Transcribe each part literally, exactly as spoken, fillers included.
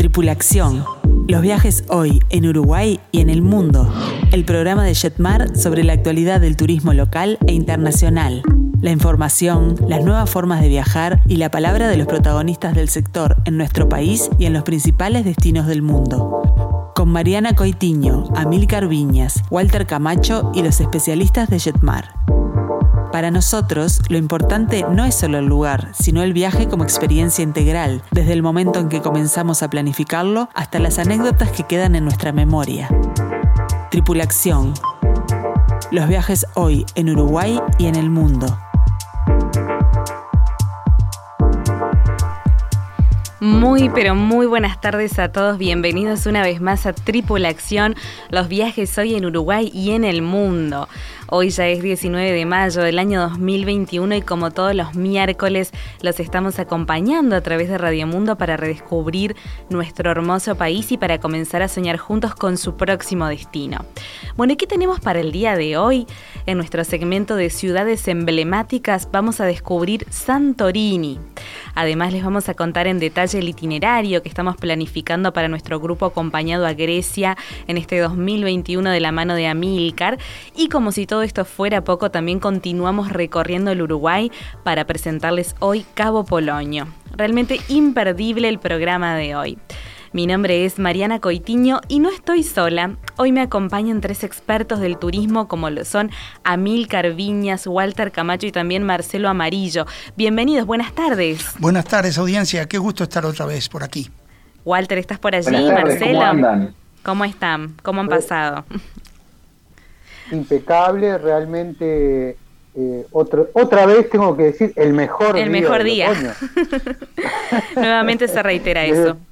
Tripulación. Los viajes hoy en Uruguay y en el mundo. El programa de Jetmar sobre la actualidad del turismo local e internacional. La información, las nuevas formas de viajar y la palabra de los protagonistas del sector en nuestro país y en los principales destinos del mundo. Con Mariana Coitiño, Amílcar Viñas, Walter Camacho y los especialistas de Jetmar. Para nosotros, lo importante no es solo el lugar, sino el viaje como experiencia integral, desde el momento en que comenzamos a planificarlo hasta las anécdotas que quedan en nuestra memoria. Tripulación. Los viajes hoy en Uruguay y en el mundo. Muy, pero muy buenas tardes a todos. Bienvenidos una vez más a Tripulación, los viajes hoy en Uruguay y en el mundo. Hoy ya es diecinueve de mayo del año dos mil veintiuno y como todos los miércoles los estamos acompañando a través de Radio Mundo para redescubrir nuestro hermoso país y para comenzar a soñar juntos con su próximo destino. Bueno, ¿y qué tenemos para el día de hoy? En nuestro segmento de ciudades emblemáticas vamos a descubrir Santorini. Además les vamos a contar en detalle el itinerario que estamos planificando para nuestro grupo acompañado a Grecia en este dos mil veintiuno de la mano de Amílcar. Y como si todo esto fuera poco, también continuamos recorriendo el Uruguay para presentarles hoy Cabo Polonio. Realmente imperdible el programa de hoy. Mi nombre es Mariana Coitiño y no estoy sola. Hoy me acompañan tres expertos del turismo como lo son Amílcar Viñas, Walter Camacho y también Marcelo Amarillo. Bienvenidos, buenas tardes. Buenas tardes, audiencia. Qué gusto estar otra vez por aquí. Walter, ¿estás por allí? Buenas tardes, Marcelo. ¿cómo andan? ¿Cómo están? ¿Cómo han pasado? Impecable, realmente. Eh, otro, otra vez tengo que decir el mejor el día. El mejor del día. otoño. Nuevamente se reitera desde, eso.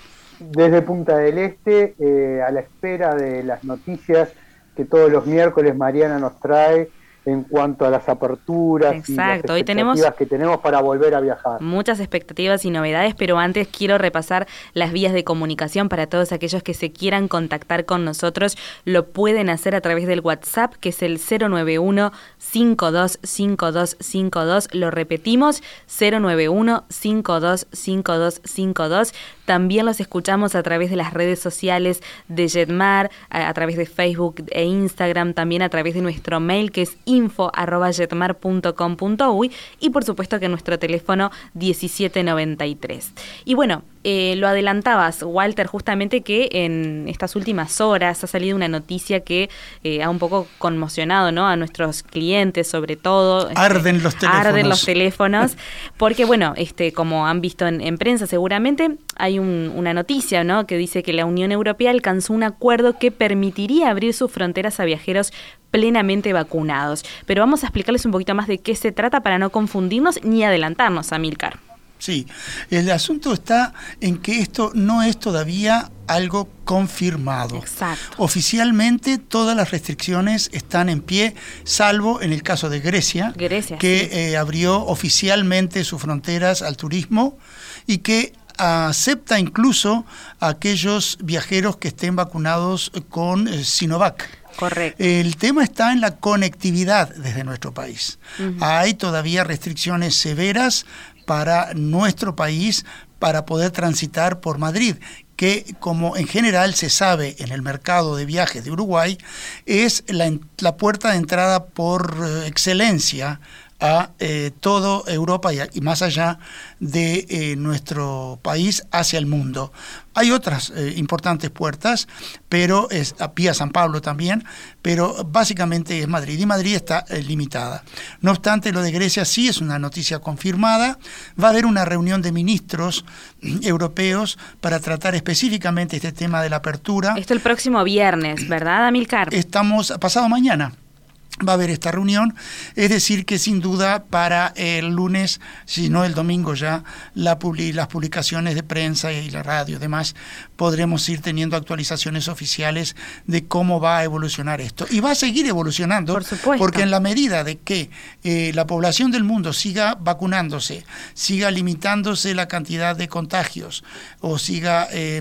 Desde Punta del Este, eh, a la espera de las noticias que todos los miércoles Mariana nos trae en cuanto a las aperturas. Exacto. Y las Hoy expectativas tenemos que tenemos para volver a viajar. Muchas expectativas y novedades, pero antes quiero repasar las vías de comunicación para todos aquellos que se quieran contactar con nosotros. Lo pueden hacer a través del WhatsApp, que es el cero nueve uno, cinco dos cinco dos cinco dos. Lo repetimos, cero nueve uno, cinco dos cinco dos cinco dos. También los escuchamos a través de las redes sociales de Jetmar, a, a través de Facebook e Instagram, también a través de nuestro mail que es info arroba jetmar punto com punto uy y por supuesto que nuestro teléfono diecisiete noventa y tres. Y bueno, eh, lo adelantabas, Walter, justamente que en estas últimas horas ha salido una noticia que eh, ha un poco conmocionado, ¿no?, a nuestros clientes, sobre todo. Arden este, los teléfonos. Arden los teléfonos, porque bueno, este, como han visto en, en prensa seguramente, hay un, una noticia, ¿no?, que dice que la Unión Europea alcanzó un acuerdo que permitiría abrir sus fronteras a viajeros plenamente vacunados. Pero vamos a explicarles un poquito más de qué se trata para no confundirnos ni adelantarnos, Amílcar. Sí, el asunto está en que esto no es todavía algo confirmado. Exacto. Oficialmente todas las restricciones están en pie, salvo en el caso de Grecia, Grecia que sí. eh, abrió oficialmente sus fronteras al turismo y que acepta incluso a aquellos viajeros que estén vacunados con eh, Sinovac. Correcto. El tema está en la conectividad desde nuestro país. Uh-huh. Hay todavía restricciones severas para nuestro país para poder transitar por Madrid, que como en general se sabe en el mercado de viajes de Uruguay, es la, la puerta de entrada por eh, excelencia a eh, toda Europa y, a, y más allá de eh, nuestro país hacia el mundo. Hay otras eh, importantes puertas, pero es a Pía San Pablo también, pero básicamente es Madrid, y Madrid está eh, limitada. No obstante, lo de Grecia sí es una noticia confirmada. Va a haber una reunión de ministros europeos para tratar específicamente este tema de la apertura. Esto el próximo viernes, ¿verdad, Amílcar? Estamos, pasado mañana. Va a haber esta reunión, es decir que sin duda para el lunes, si no el domingo ya, la publi- las publicaciones de prensa y la radio y demás, podremos ir teniendo actualizaciones oficiales de cómo va a evolucionar esto. Y va a seguir evolucionando, por supuesto, porque en la medida de que eh, la población del mundo siga vacunándose, siga limitándose la cantidad de contagios, o siga eh,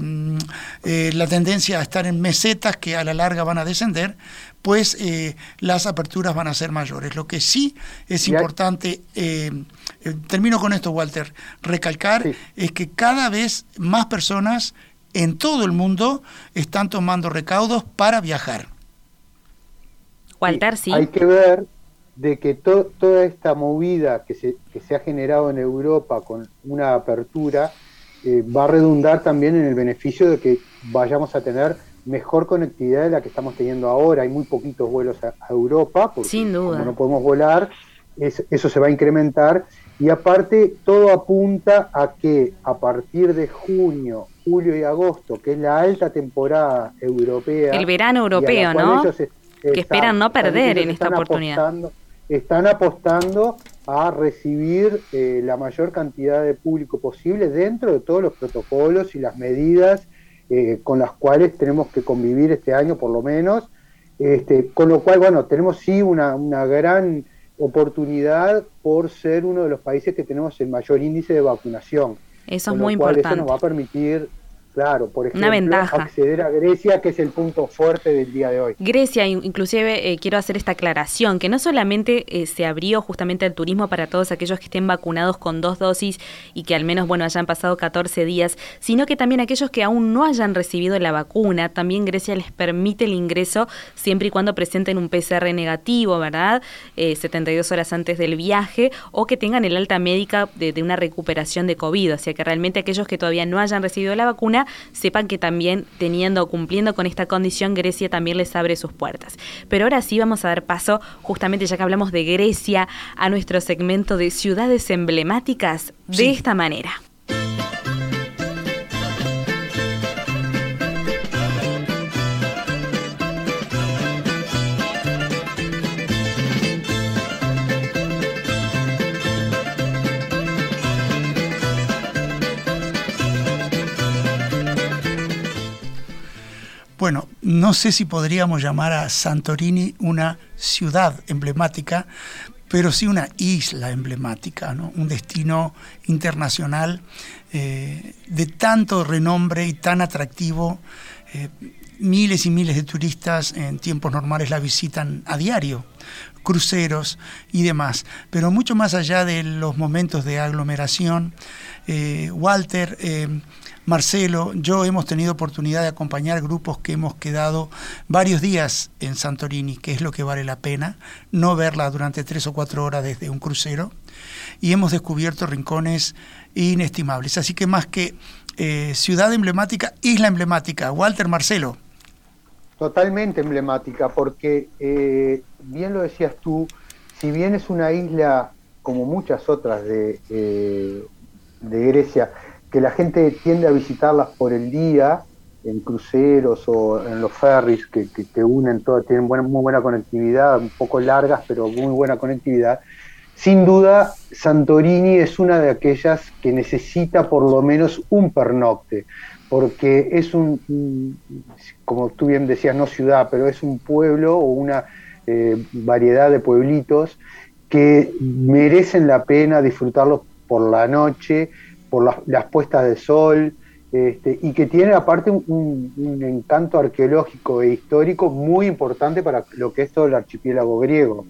eh, la tendencia a estar en mesetas que a la larga van a descender, pues eh, las aperturas van a ser mayores. Lo que sí es importante, eh, eh, termino con esto, Walter, recalcar, sí. es que cada vez más personas en todo el mundo están tomando recaudos para viajar. Walter, sí. Hay que ver de que to, toda esta movida que se, que se ha generado en Europa con una apertura eh, va a redundar también en el beneficio de que vayamos a tener mejor conectividad de la que estamos teniendo ahora. Hay muy poquitos vuelos a, a Europa, porque sin duda, como no podemos volar, es, eso se va a incrementar, y aparte todo apunta a que a partir de junio, julio y agosto, que es la alta temporada europea, el verano europeo, ¿no? Ellos, que exacto, esperan no perder en esta oportunidad. Apostando, están apostando a recibir eh, la mayor cantidad de público posible dentro de todos los protocolos y las medidas eh, con las cuales tenemos que convivir este año por lo menos, este, con lo cual, bueno, tenemos sí una, una gran oportunidad por ser uno de los países que tenemos el mayor índice de vacunación. Eso es con muy lo cual importante. Eso nos va a permitir, claro, por ejemplo, una ventaja, acceder a Grecia, que es el punto fuerte del día de hoy. Grecia, inclusive eh, quiero hacer esta aclaración, que no solamente eh, se abrió justamente el turismo para todos aquellos que estén vacunados con dos dosis y que al menos, bueno, hayan pasado catorce días, sino que también aquellos que aún no hayan recibido la vacuna, también Grecia les permite el ingreso siempre y cuando presenten un P C R negativo, ¿verdad? Eh, setenta y dos horas antes del viaje, o que tengan el alta médica de, de una recuperación de COVID, o sea que realmente aquellos que todavía no hayan recibido la vacuna sepan que también teniendo, cumpliendo con esta condición, Grecia también les abre sus puertas. Pero ahora sí vamos a dar paso, justamente ya que hablamos de Grecia, a nuestro segmento de ciudades emblemáticas de sí. esta manera. Bueno, no sé si podríamos llamar a Santorini una ciudad emblemática, pero sí una isla emblemática, ¿no? Un destino internacional eh, de tanto renombre y tan atractivo. Eh, miles y miles de turistas en tiempos normales la visitan a diario, cruceros y demás. Pero mucho más allá de los momentos de aglomeración, eh, Walter... Eh, Marcelo, yo hemos tenido oportunidad de acompañar grupos que hemos quedado varios días en Santorini, que es lo que vale la pena, no verla durante tres o cuatro horas desde un crucero, y hemos descubierto rincones inestimables. Así que más que eh, ciudad emblemática, isla emblemática. Walter, Marcelo. Totalmente emblemática, porque eh, bien lo decías tú, si bien es una isla como muchas otras de, eh, de Grecia, que la gente tiende a visitarlas por el día, en cruceros o en los ferries que, que, que unen todo, tienen buena, muy buena conectividad, un poco largas, pero muy buena conectividad. Sin duda, Santorini es una de aquellas que necesita por lo menos un pernocte, porque es un, un como tú bien decías, no ciudad, pero es un pueblo o una eh, variedad de pueblitos que merecen la pena disfrutarlos por la noche, por las, las puestas de sol, este, y que tiene aparte un, un encanto arqueológico e histórico muy importante para lo que es todo el archipiélago griego.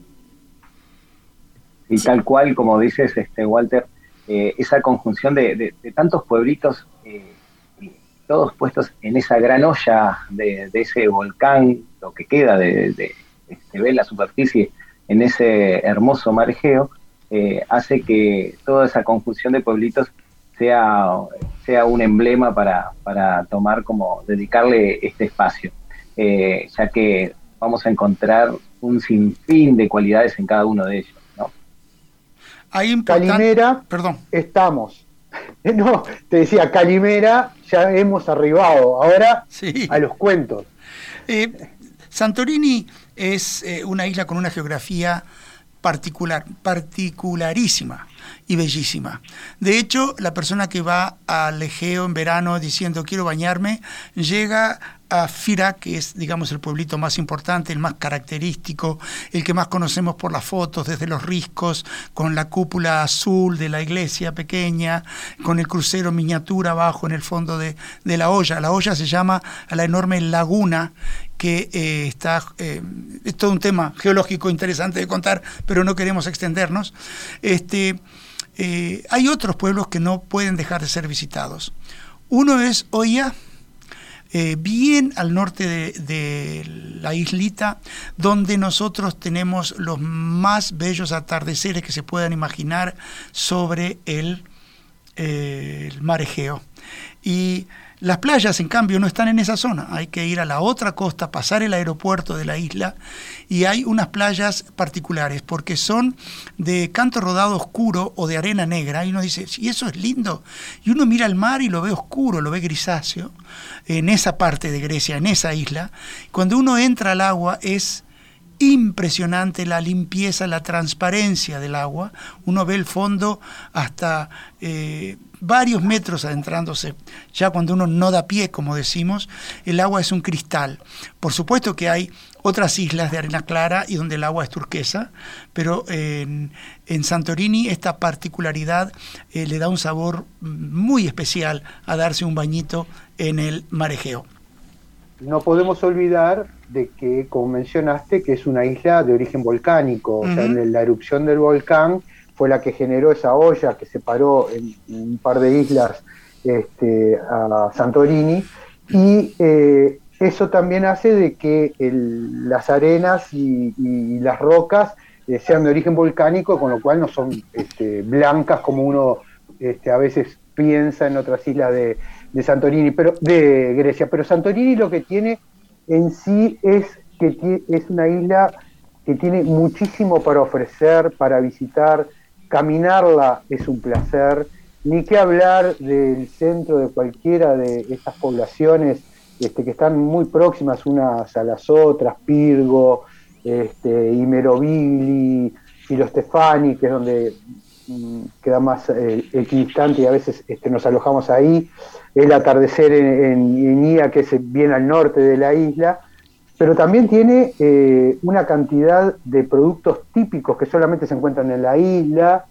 Y tal cual, como dices, este Walter, eh, esa conjunción de, de, de tantos pueblitos, eh, todos puestos en esa gran olla de, de ese volcán, lo que queda de, de, de se ve la superficie en ese hermoso mar Egeo, eh, hace que toda esa conjunción de pueblitos sea, sea un emblema para, para tomar como, dedicarle este espacio, eh, ya que vamos a encontrar un sinfín de cualidades en cada uno de ellos, ¿no? Hay important... Calimera, perdón. Estamos. No, te decía, Calimera, ya hemos arribado, ahora sí. A los cuentos. Eh, Santorini es eh, una isla con una geografía particular, particularísima y bellísima. De hecho, la persona que va al Egeo en verano diciendo quiero bañarme, llega a Fira, que es, digamos, el pueblito más importante, el más característico, el que más conocemos por las fotos desde los riscos, con la cúpula azul de la iglesia pequeña, con el crucero miniatura abajo en el fondo de, de la olla. La olla se llama a la enorme laguna que eh, está, eh, es todo un tema geológico interesante de contar, pero no queremos extendernos. Este, eh, hay otros pueblos que no pueden dejar de ser visitados. Uno es Oia, eh, bien al norte de, de la islita, donde nosotros tenemos los más bellos atardeceres que se puedan imaginar sobre el, eh, el mar Egeo. Y las playas, en cambio, no están en esa zona. Hay que ir a la otra costa, pasar el aeropuerto de la isla, y hay unas playas particulares, porque son de canto rodado oscuro o de arena negra, y uno dice, ¿y eso es lindo? Y uno mira el mar y lo ve oscuro, lo ve grisáceo, en esa parte de Grecia, en esa isla. Cuando uno entra al agua es impresionante la limpieza, la transparencia del agua. Uno ve el fondo hasta eh, varios metros adentrándose. Ya cuando uno no da pie, como decimos, el agua es un cristal. Por supuesto que hay otras islas de arena clara y donde el agua es turquesa, pero en, en Santorini esta particularidad eh, le da un sabor muy especial a darse un bañito en el mar Egeo. No podemos olvidar de que, como mencionaste, que es una isla de origen volcánico. Uh-huh. O sea, la erupción del volcán fue la que generó esa olla que separó en, en un par de islas este, a Santorini, y eh, eso también hace de que el, las arenas y, y las rocas eh, sean de origen volcánico, con lo cual no son este, blancas como uno este, a veces piensa en otras islas de, de Santorini, pero de Grecia. Pero Santorini lo que tiene en sí es que t- es una isla que tiene muchísimo para ofrecer, para visitar. Caminarla es un placer, ni que hablar del centro de cualquiera de estas poblaciones este, que están muy próximas unas a las otras, Pirgo, este, Imerovili, Filostefani, que es donde mm, queda más eh, equidistante, y a veces este, nos alojamos ahí, el atardecer en, en, en Ia, que es bien al norte de la isla, pero también tiene eh, una cantidad de productos típicos que solamente se encuentran en la isla,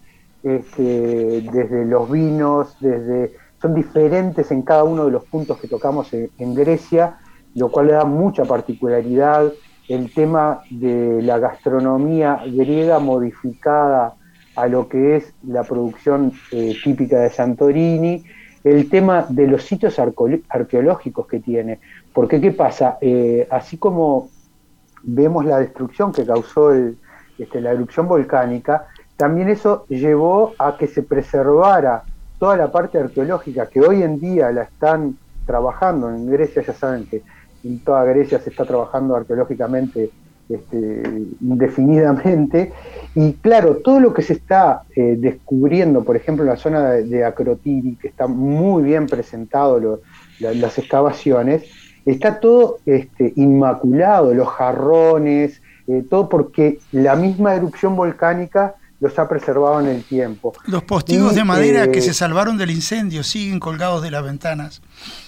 este, desde los vinos, desde son diferentes en cada uno de los puntos que tocamos en, en Grecia, lo cual le da mucha particularidad. El tema de la gastronomía griega modificada a lo que es la producción eh, típica de Santorini, el tema de los sitios arco- arqueológicos que tiene, porque ¿qué pasa? Eh, así como vemos la destrucción que causó el, este, la erupción volcánica, también eso llevó a que se preservara toda la parte arqueológica que hoy en día la están trabajando en Grecia. Ya saben que en toda Grecia se está trabajando arqueológicamente este, indefinidamente, y claro, todo lo que se está eh, descubriendo, por ejemplo en la zona de, de Akrotiri, que está muy bien presentado lo, la, las excavaciones, está todo este, inmaculado, los jarrones, eh, todo porque la misma erupción volcánica los ha preservado en el tiempo. Los postigos y, de madera eh, que se salvaron del incendio siguen colgados de las ventanas.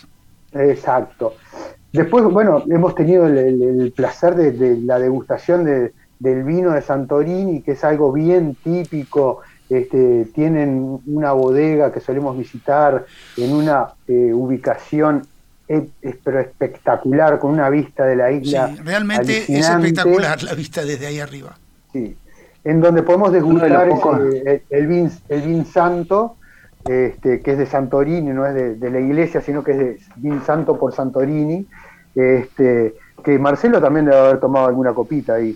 Exacto. Después, bueno, hemos tenido el, el, el placer de, de la degustación de, del vino de Santorini, que es algo bien típico. Este, tienen una bodega que solemos visitar en una eh, ubicación eh, pero espectacular, con una vista de la isla. Sí, realmente es espectacular la vista desde ahí arriba. Sí, en donde podemos degustar ese, el, el, vin, el vin santo, este, que es de Santorini, no es de, de la iglesia, sino que es de vin santo por Santorini, este, que Marcelo también debe haber tomado alguna copita ahí.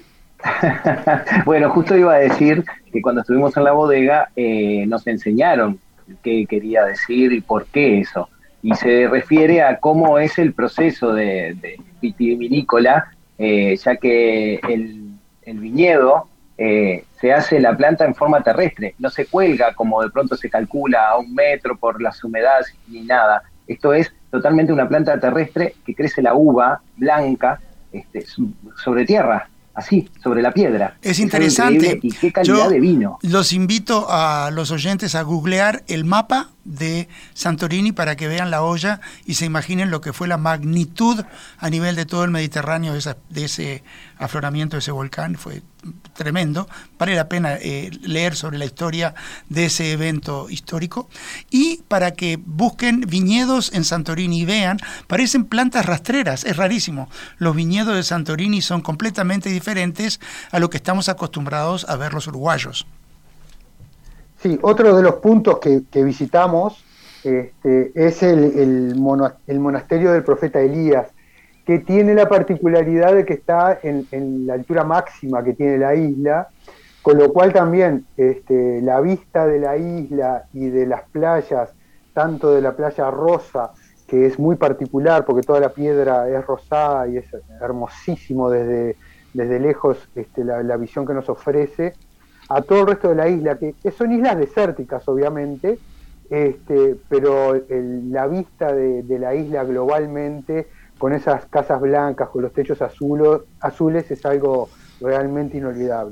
Bueno, justo iba a decir que cuando estuvimos en la bodega eh, nos enseñaron qué quería decir y por qué eso, y se refiere a cómo es el proceso de, de vitivinícola, eh, ya que el, el viñedo eh, se hace la planta en forma terrestre, no se cuelga como de pronto se calcula a un metro por las humedades ni nada. Esto es totalmente una planta terrestre que crece la uva blanca este, sobre tierra, así, sobre la piedra. Es interesante. Y qué calidad Yo de vino. Los invito a los oyentes a googlear el mapa de Santorini para que vean la olla y se imaginen lo que fue la magnitud a nivel de todo el Mediterráneo de, esa, de ese afloramiento de ese volcán. Fue tremendo. Vale la pena eh, leer sobre la historia de ese evento histórico. Y para que busquen viñedos en Santorini y vean, parecen plantas rastreras. Es rarísimo. Los viñedos de Santorini son completamente diferentes a lo que estamos acostumbrados a ver los uruguayos. Sí, otro de los puntos que, que visitamos este, es el, el, mono, el monasterio del profeta Elías, que tiene la particularidad de que está en, en la altura máxima que tiene la isla, con lo cual también este, la vista de la isla y de las playas, tanto de la playa Rosa, que es muy particular porque toda la piedra es rosada y es hermosísimo desde, desde lejos este, la, la visión que nos ofrece, a todo el resto de la isla, que, que son islas desérticas obviamente, este, pero el, la vista de, de la isla globalmente, con esas casas blancas, con los techos azulo, azules, es algo realmente inolvidable.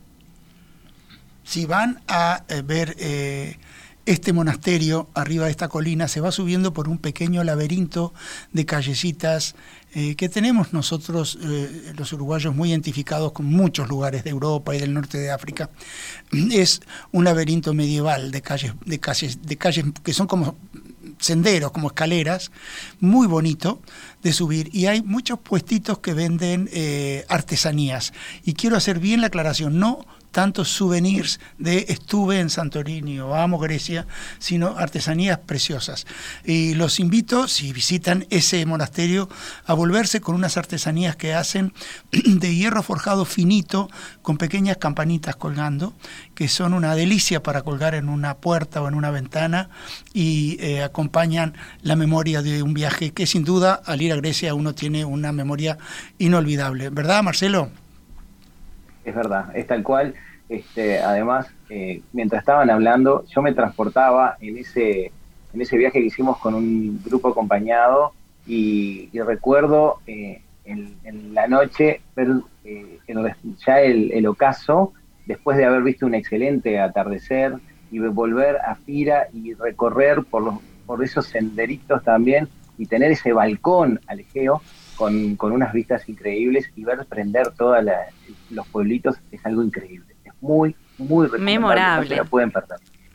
Si van a eh, ver eh, este monasterio arriba de esta colina, se va subiendo por un pequeño laberinto de callecitas eh, que tenemos nosotros, eh, los uruguayos, muy identificados con muchos lugares de Europa y del norte de África. Es un laberinto medieval de calles, de calles, de calles que son como senderos, como escaleras, muy bonito de subir, y hay muchos puestitos que venden eh, artesanías. Y quiero hacer bien la aclaración, no tantos souvenirs de estuve en Santorini o amo Grecia, sino artesanías preciosas. Y los invito, si visitan ese monasterio, a volverse con unas artesanías que hacen de hierro forjado finito, con pequeñas campanitas colgando, que son una delicia para colgar en una puerta o en una ventana, y eh, acompañan la memoria de un viaje que sin duda al ir a Grecia uno tiene una memoria inolvidable. ¿Verdad, Marcelo? Es verdad, es tal cual. Este, además, eh, mientras estaban hablando, yo me transportaba en ese, en ese viaje que hicimos con un grupo acompañado, y, y recuerdo eh, en, en la noche ver eh, el, ya el, el ocaso, después de haber visto un excelente atardecer, y volver a Fira y recorrer por, los, por esos senderitos también, y tener ese balcón al Egeo con, con unas vistas increíbles, y ver prender todos los pueblitos, es algo increíble. Es muy, muy recomendable. Memorable. No se la pueden perder.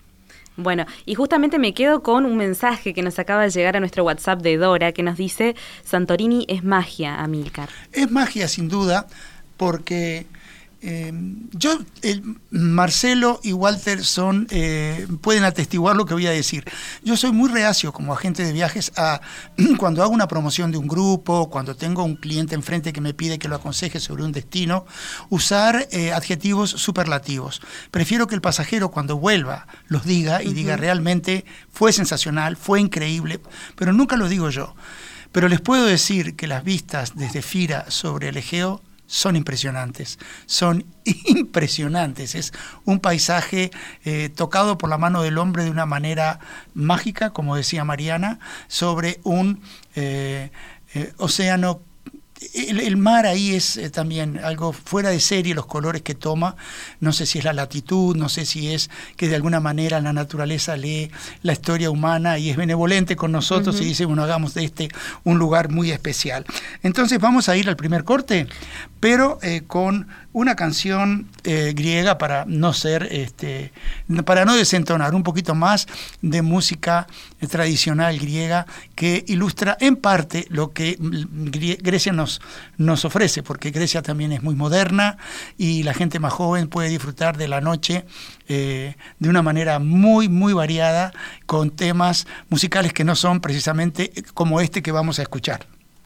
Bueno, y justamente me quedo con un mensaje que nos acaba de llegar a nuestro WhatsApp de Dora, que nos dice: Santorini es magia, Amílcar. Es magia, sin duda, porque eh, yo, el, Marcelo y Walter son, eh, pueden atestiguar lo que voy a decir. Yo soy muy reacio como agente de viajes a, cuando hago una promoción de un grupo, cuando tengo un cliente enfrente que me pide que lo aconseje sobre un destino, usar eh, adjetivos superlativos. Prefiero que el pasajero cuando vuelva los diga y uh-huh. diga realmente fue sensacional, fue increíble, pero nunca lo digo yo. Pero les puedo decir que las vistas desde Fira sobre el Egeo son impresionantes, son impresionantes. Es un paisaje eh, tocado por la mano del hombre de una manera mágica, como decía Mariana, sobre un eh, eh, océano. El, el mar ahí es eh, también algo fuera de serie, los colores que toma. No sé si es la latitud, no sé si es que de alguna manera la naturaleza lee la historia humana y es benevolente con nosotros uh-huh. y dice, bueno, hagamos de este un lugar muy especial. Entonces vamos a ir al primer corte, pero eh, con una canción eh, griega para no ser, este, para no desentonar, un poquito más de música tradicional griega que ilustra en parte lo que Grecia nos, nos ofrece, porque Grecia también es muy moderna y la gente más joven puede disfrutar de la noche eh, de una manera muy, muy variada, con temas musicales que no son precisamente como este que vamos a escuchar.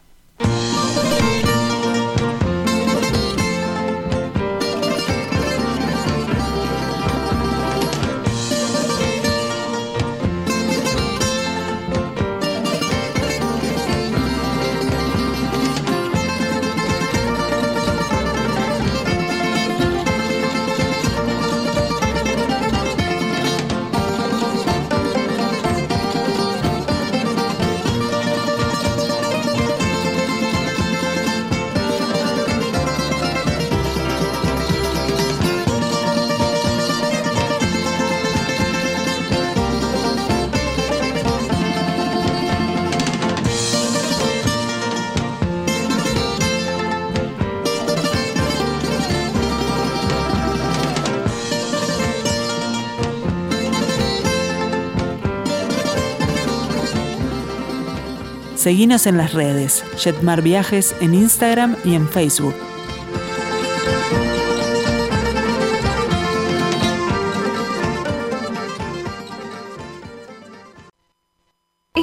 Seguinos en las redes, Jetmar Viajes en Instagram y en Facebook.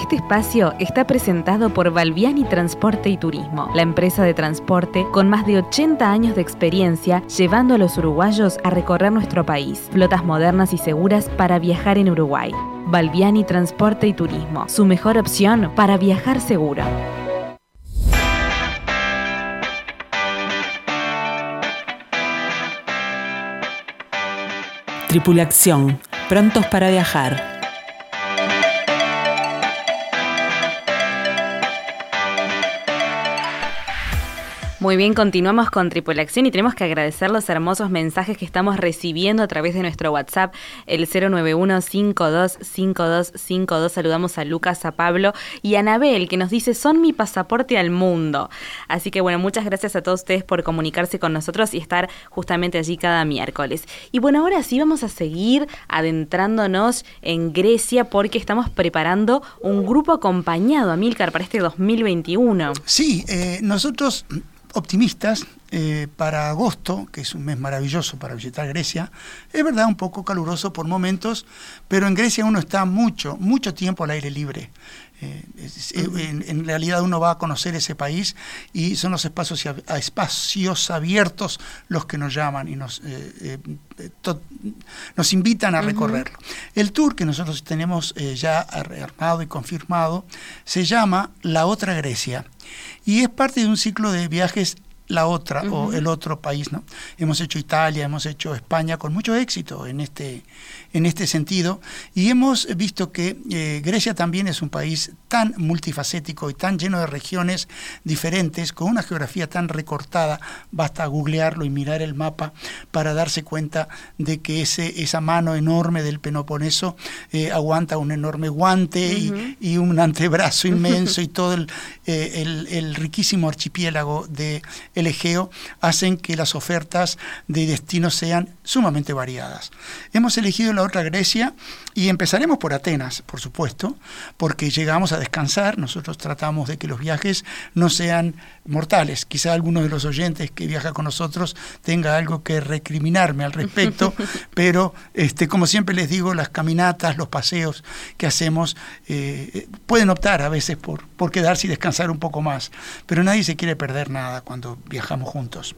Este espacio está presentado por Balbiani Transporte y Turismo, la empresa de transporte con más de ochenta años de experiencia llevando a los uruguayos a recorrer nuestro país. Flotas modernas y seguras para viajar en Uruguay. Balbiani Transporte y Turismo, su mejor opción para viajar seguro. Tripulación, prontos para viajar. Muy bien, continuamos con Tripulación y tenemos que agradecer los hermosos mensajes que estamos recibiendo a través de nuestro WhatsApp, el cero nueve uno, cinco dos cinco dos cinco dos. Saludamos a Lucas, a Pablo y a Anabel, que nos dice, son mi pasaporte al mundo. Así que bueno, muchas gracias a todos ustedes por comunicarse con nosotros y estar justamente allí cada miércoles. Y bueno, ahora sí vamos a seguir adentrándonos en Grecia porque estamos preparando un grupo acompañado, Amílcar, para este dos mil veintiuno. Sí, eh, nosotros... optimistas eh, para agosto, que es un mes maravilloso para visitar Grecia. Es verdad, un poco caluroso por momentos, pero en Grecia uno está mucho, mucho tiempo al aire libre. Eh, es, uh-huh. en, en realidad uno va a conocer ese país y son los espacios, a espacios abiertos los que nos llaman y nos, eh, eh, to, nos invitan a recorrerlo. Uh-huh. El tour que nosotros tenemos eh, ya armado y confirmado se llama La Otra Grecia y es parte de un ciclo de viajes la otra uh-huh. o el otro país, ¿no? Hemos hecho Italia, hemos hecho España con mucho éxito en este, en este sentido y hemos visto que eh, Grecia también es un país tan multifacético y tan lleno de regiones diferentes, con una geografía tan recortada, basta googlearlo y mirar el mapa para darse cuenta de que ese, esa mano enorme del Peloponeso eh, aguanta un enorme guante uh-huh. y, y un antebrazo inmenso y todo el, eh, el, el riquísimo archipiélago de el Egeo hacen que las ofertas de destinos sean sumamente variadas. Hemos elegido La Otra Grecia y empezaremos por Atenas, por supuesto, porque llegamos a descansar. Nosotros tratamos de que los viajes no sean mortales. Quizá alguno de los oyentes que viaja con nosotros tenga algo que recriminarme al respecto, pero este, como siempre les digo, las caminatas, los paseos que hacemos eh, pueden optar a veces por, por quedarse y descansar un poco más, pero nadie se quiere perder nada cuando viajamos juntos.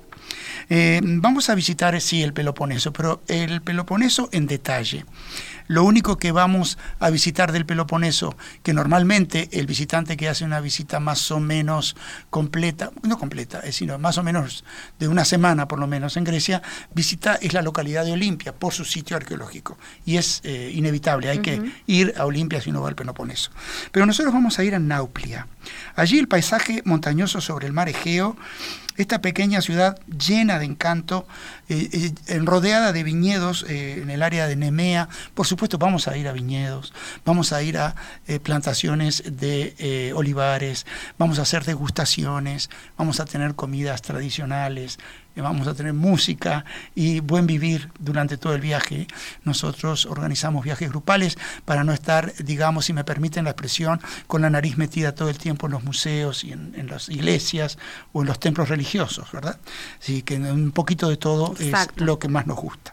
Eh, vamos a visitar, sí, el Peloponeso, pero el Peloponeso en detalle. Lo único que vamos a visitar del Peloponeso, que normalmente el visitante que hace una visita más o menos completa, no completa, sino más o menos de una semana por lo menos en Grecia, visita es la localidad de Olimpia por su sitio arqueológico. Y es eh, inevitable, hay uh-huh. que ir a Olimpia si uno va al Peloponeso. Pero nosotros vamos a ir a Nauplia. Allí el paisaje montañoso sobre el mar Egeo, esta pequeña ciudad llena de encanto, eh, eh, rodeada de viñedos eh, en el área de Nemea. Por supuesto vamos a ir a viñedos, vamos a ir a eh, plantaciones de eh, olivares, vamos a hacer degustaciones, vamos a tener comidas tradicionales, eh, vamos a tener música y buen vivir durante todo el viaje. Nosotros organizamos viajes grupales para no estar, digamos, si me permiten la expresión, con la nariz metida todo el tiempo en los museos y en, en las iglesias o en los templos religiosos, ¿verdad? Así que un poquito de todo Exacto. es lo que más nos gusta.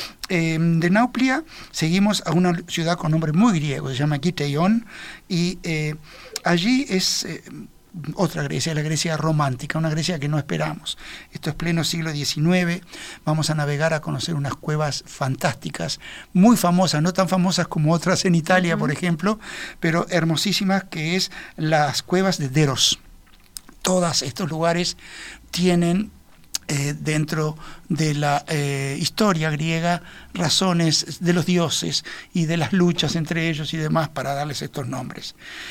Eh, de Nauplia seguimos a una ciudad con nombre muy griego, se llama Kiteion, y eh, allí es eh, otra Grecia, la Grecia romántica, una Grecia que no esperamos. Esto es pleno siglo diecinueve, vamos a navegar a conocer unas cuevas fantásticas, muy famosas, no tan famosas como otras en Italia, uh-huh. por ejemplo, pero hermosísimas, que es las cuevas de Deros. Todos estos lugares tienen Eh, dentro de la eh, historia griega razones de los dioses y de las luchas entre ellos y demás para darles estos nombres.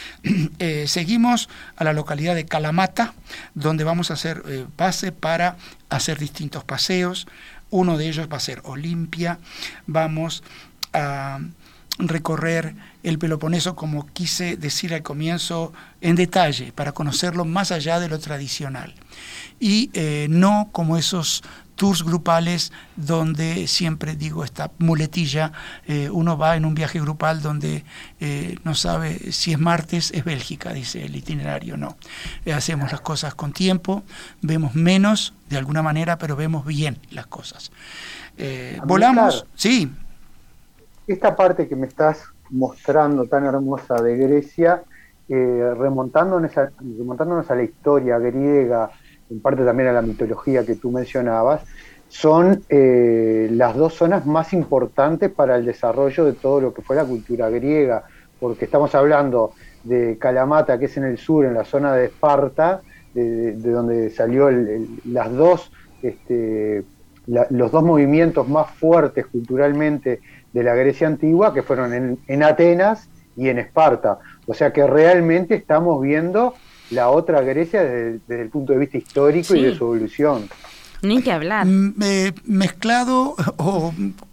Eh, seguimos a la localidad de Kalamata, donde vamos a hacer eh, base para hacer distintos paseos. Uno de ellos va a ser Olimpia. Vamos a recorrer el Peloponeso, como quise decir al comienzo, en detalle, para conocerlo más allá de lo tradicional. Y eh, no como esos tours grupales donde siempre digo esta muletilla, eh, uno va en un viaje grupal donde eh, no sabe si es martes, es Bélgica, dice el itinerario. No, eh, hacemos las cosas con tiempo, vemos menos de alguna manera, pero vemos bien las cosas. Eh, volamos, claro. Sí. Esta parte que me estás mostrando tan hermosa de Grecia eh, remontándonos, a, remontándonos a la historia griega, en parte también a la mitología que tú mencionabas, son eh, las dos zonas más importantes para el desarrollo de todo lo que fue la cultura griega, porque estamos hablando de Kalamata, que es en el sur, en la zona de Esparta, de, de donde salió el, el, las dos, este, la, los dos movimientos más fuertes culturalmente de la Grecia antigua, que fueron en, en Atenas y en Esparta. O sea que realmente estamos viendo la otra Grecia desde, desde el punto de vista histórico, sí, y de su evolución. Ni que hablar. Eh, mezclado o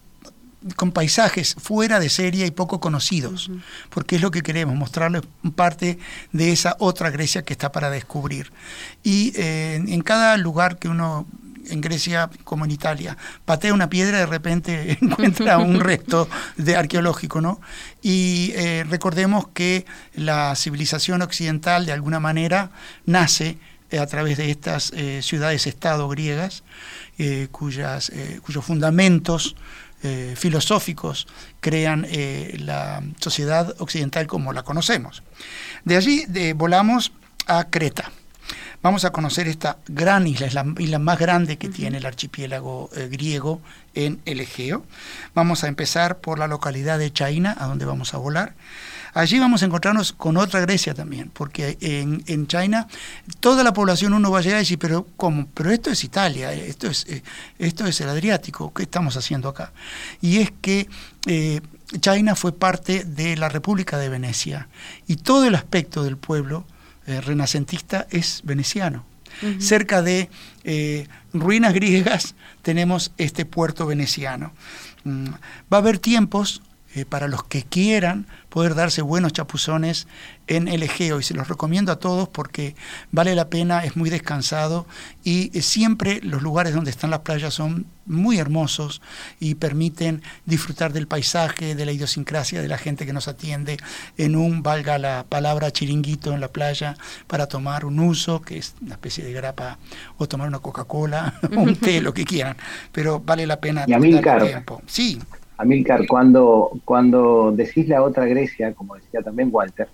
con paisajes fuera de serie y poco conocidos, uh-huh, porque es lo que queremos, mostrarles parte de esa otra Grecia que está para descubrir. Y eh, en cada lugar que uno, en Grecia como en Italia, patea una piedra, de repente encuentra un resto de arqueológico, ¿no? Y eh, recordemos que la civilización occidental, de alguna manera, nace eh, a través de estas eh, ciudades-estado griegas, eh, cuyas, eh, cuyos fundamentos eh, filosóficos crean eh, la sociedad occidental como la conocemos. De allí de, volamos a Creta. Vamos a conocer esta gran isla, es la isla más grande que uh-huh. tiene el archipiélago eh, griego en el Egeo. Vamos a empezar por la localidad de Chaina, a donde vamos a volar. Allí vamos a encontrarnos con otra Grecia también, porque en, en Chaina toda la población, uno va a llegar y decir, pero ¿cómo? Pero esto es Italia, esto es, eh, esto es el Adriático, ¿qué estamos haciendo acá? Y es que eh, Chaina fue parte de la República de Venecia, y todo el aspecto del pueblo Eh, renacentista es veneciano. Uh-huh. Cerca de eh, ruinas griegas tenemos este puerto veneciano. Mm, va a haber tiempos eh, para los que quieran poder darse buenos chapuzones en el Egeo, y se los recomiendo a todos porque vale la pena, es muy descansado, y eh, siempre los lugares donde están las playas son muy hermosos y permiten disfrutar del paisaje, de la idiosincrasia de la gente que nos atiende en un, valga la palabra, chiringuito en la playa para tomar un uso, que es una especie de grapa, o tomar una Coca-Cola o un té, lo que quieran, pero vale la pena darle tiempo. Sí. Amílcar, cuando, cuando decís la otra Grecia, como decía también Walter,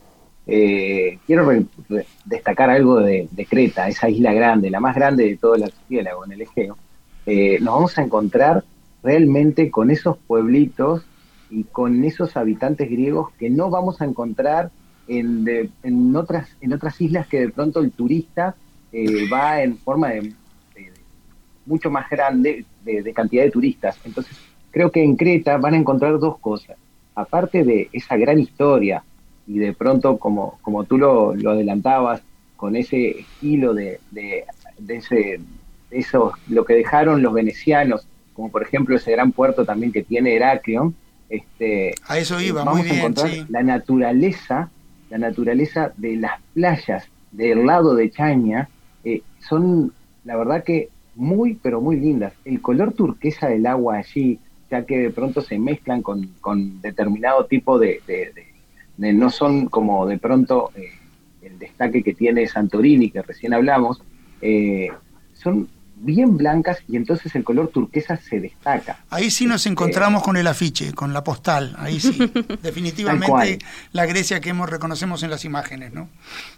eh, quiero re, re, destacar algo de, de Creta, esa isla grande, la más grande de todo el archipiélago en el Egeo. Eh, nos vamos a encontrar realmente con esos pueblitos y con esos habitantes griegos que no vamos a encontrar en, de, en, otras, en otras islas que de pronto el turista eh, va en forma de, de, de mucho más grande de, de cantidad de turistas. Entonces, creo que en Creta van a encontrar dos cosas. Aparte de esa gran historia, y de pronto, como, como tú lo, lo adelantabas, con ese estilo de, de, de ese, de eso, lo que dejaron los venecianos, como por ejemplo ese gran puerto también que tiene Heraclión, este, a eso iba, vamos muy bien, a encontrar sí. la naturaleza, la naturaleza de las playas del lado de Chaña, eh, son la verdad que muy, pero muy lindas. El color turquesa del agua allí, ya que de pronto se mezclan con, con determinado tipo de, de, de, de, no son como de pronto eh, el destaque que tiene Santorini, que recién hablamos, eh, son bien blancas y entonces el color turquesa se destaca. Ahí sí nos encontramos eh, con el afiche, con la postal, ahí sí, definitivamente la Grecia que hemos, reconocemos en las imágenes, ¿no?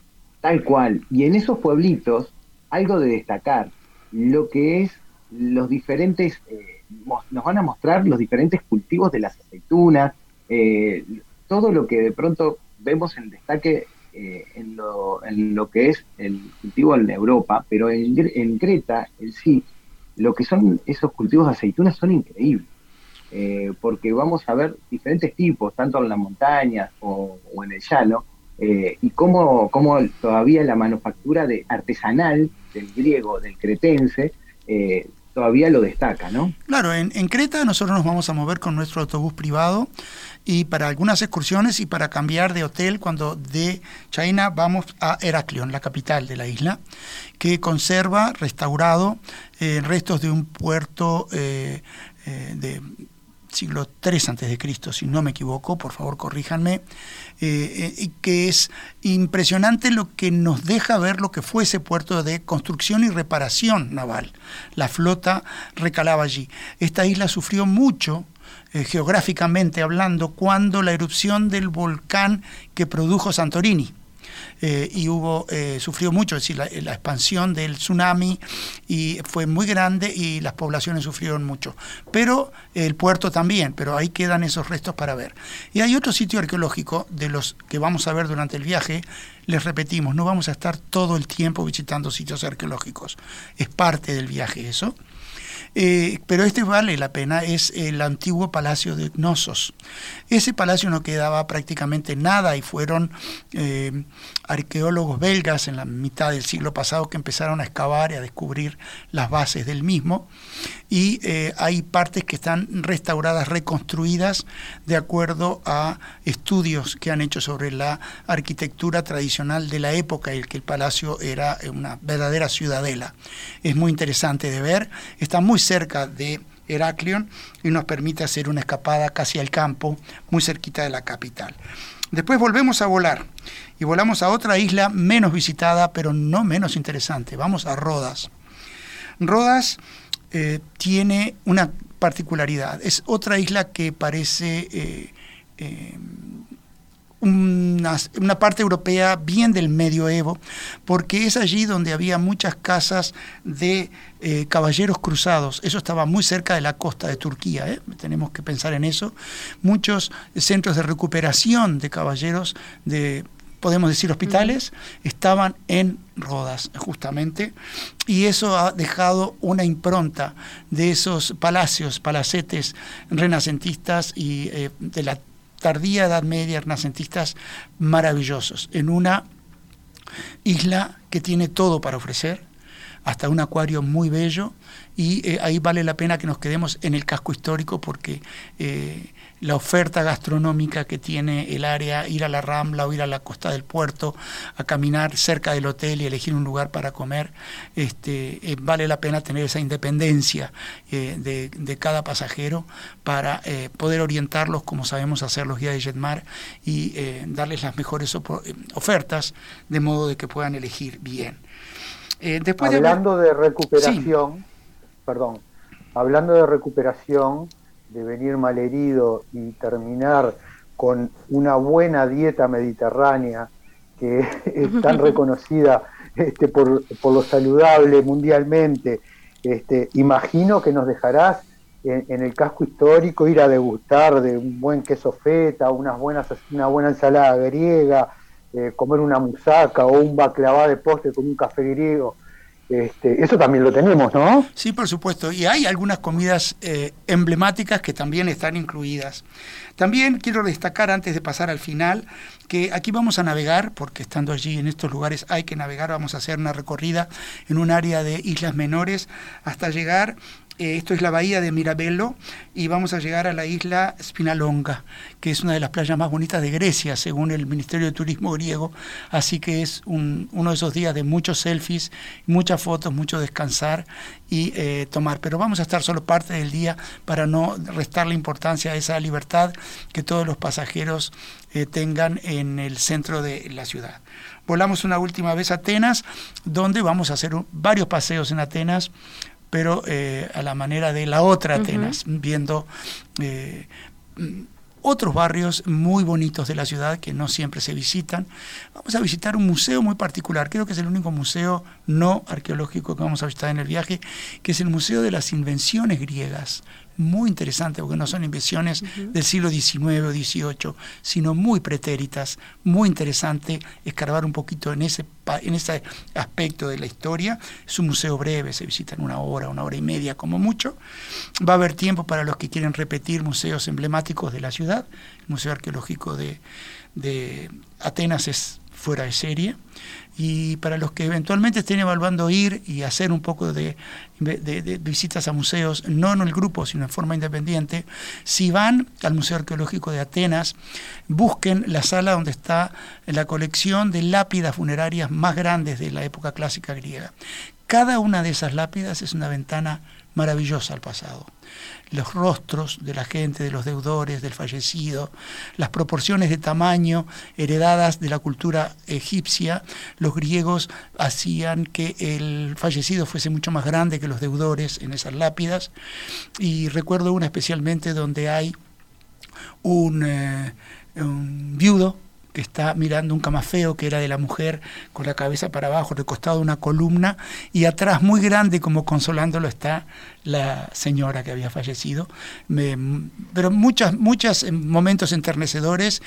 Tal cual, y en esos pueblitos, algo de destacar, lo que es los diferentes... Eh, nos van a mostrar los diferentes cultivos de las aceitunas, eh, todo lo que de pronto vemos en destaque eh, en, lo, en lo que es el cultivo en Europa, pero en, en Creta, en sí, lo que son esos cultivos de aceitunas son increíbles, eh, porque vamos a ver diferentes tipos, tanto en las montañas o, o en el llano, eh, y cómo, cómo todavía la manufactura de, artesanal del griego, del cretense, eh, todavía lo destaca, ¿no? Claro, en, en Creta nosotros nos vamos a mover con nuestro autobús privado y para algunas excursiones y para cambiar de hotel cuando de Chaina vamos a Heraclión, la capital de la isla, que conserva restaurado eh, restos de un puerto eh, eh, de siglo tres antes de Cristo, si no me equivoco, por favor corríjanme, eh, eh, que es impresionante lo que nos deja ver lo que fue ese puerto de construcción y reparación naval. La flota recalaba allí. Esta isla sufrió mucho, eh, geográficamente hablando, cuando la erupción del volcán que produjo Santorini. eh, y hubo eh, sufrió mucho, es decir, la, la expansión del tsunami y fue muy grande y las poblaciones sufrieron mucho. Pero eh, el puerto también, pero ahí quedan esos restos para ver. Y hay otro sitio arqueológico de los que vamos a ver durante el viaje. Les repetimos, no vamos a estar todo el tiempo visitando sitios arqueológicos. Es parte del viaje eso. Eh, pero este vale la pena, es el antiguo Palacio de Knossos. Ese palacio no quedaba prácticamente nada y fueron eh, arqueólogos belgas en la mitad del siglo pasado que empezaron a excavar y a descubrir las bases del mismo, y eh, hay partes que están restauradas, reconstruidas de acuerdo a estudios que han hecho sobre la arquitectura tradicional de la época en que el palacio era una verdadera ciudadela. Es muy interesante de ver, está muy cerca de Heraklion y nos permite hacer una escapada casi al campo, muy cerquita de la capital. Después volvemos a volar y volamos a otra isla menos visitada, pero no menos interesante. Vamos a Rodas. Rodas eh, tiene una particularidad. Es otra isla que parece eh, eh, Una, una parte europea bien del medioevo, porque es allí donde había muchas casas de eh, caballeros cruzados. Eso estaba muy cerca de la costa de Turquía, ¿eh? Tenemos que pensar en eso. Muchos centros de recuperación de caballeros, de podemos decir hospitales, uh-huh. estaban en Rodas, justamente, y eso ha dejado una impronta de esos palacios, palacetes renacentistas y eh, de la tardía Edad Media, renacentistas maravillosos, en una isla que tiene todo para ofrecer, hasta un acuario muy bello, y eh, ahí vale la pena que nos quedemos en el casco histórico porque eh, la oferta gastronómica que tiene el área, ir a la Rambla o ir a la costa del puerto, a caminar cerca del hotel y elegir un lugar para comer, este, eh, vale la pena tener esa independencia eh, de, de cada pasajero para eh, poder orientarlos como sabemos hacer los guías de Jetmar y eh, darles las mejores ofertas de modo de que puedan elegir bien. Eh, después hablando de, de recuperación, sí. perdón, hablando de recuperación, de venir malherido y terminar con una buena dieta mediterránea que es tan reconocida este, por, por lo saludable mundialmente, este, imagino que nos dejarás en, en el casco histórico ir a degustar de un buen queso feta, unas buenas, una buena ensalada griega, Eh, comer una musaca o un baklava de postre con un café griego. Este, eso también lo tenemos, ¿no? Sí, por supuesto, y hay algunas comidas eh, emblemáticas que también están incluidas. También quiero destacar, antes de pasar al final, que aquí vamos a navegar, porque estando allí en estos lugares hay que navegar, vamos a hacer una recorrida en un área de islas menores hasta llegar, eh, esto es la bahía de Mirabello, y vamos a llegar a la isla Spinalonga, que es una de las playas más bonitas de Grecia, según el Ministerio de Turismo griego, así que es un, uno de esos días de muchos selfies, muchas fotos, mucho descansar y eh, tomar, pero vamos a estar solo parte del día para no restarle importancia a esa libertad que todos los pasajeros eh, tengan en el centro de la ciudad. Volamos una última vez a Atenas, donde vamos a hacer un, varios paseos en Atenas, pero eh, a la manera de la otra Atenas, uh-huh. viendo eh, otros barrios muy bonitos de la ciudad que no siempre se visitan. Vamos a visitar un museo muy particular, creo que es el único museo no arqueológico que vamos a visitar en el viaje, que es el Museo de las Invenciones Griegas. Muy interesante, porque no son invenciones uh-huh. del siglo diecinueve o dieciocho, sino muy pretéritas, muy interesante escarbar un poquito en ese, en ese aspecto de la historia. Es un museo breve, se visita en una hora, una hora y media como mucho. Va a haber tiempo para los que quieren repetir museos emblemáticos de la ciudad. El Museo Arqueológico de, de Atenas es fuera de serie. Y para los que eventualmente estén evaluando ir y hacer un poco de, de, de visitas a museos, no en el grupo, sino en forma independiente, si van al Museo Arqueológico de Atenas, busquen la sala donde está la colección de lápidas funerarias más grandes de la época clásica griega. Cada una de esas lápidas es una ventana maravillosa al pasado. Los rostros de la gente, de los deudores, del fallecido, las proporciones de tamaño heredadas de la cultura egipcia. Los griegos hacían que el fallecido fuese mucho más grande que los deudores en esas lápidas, y recuerdo una especialmente donde hay un, eh, un viudo que está mirando un camafeo que era de la mujer con la cabeza para abajo, recostado a una columna, y atrás muy grande como consolándolo está la señora que había fallecido. Me, pero muchas, muchos momentos enternecedores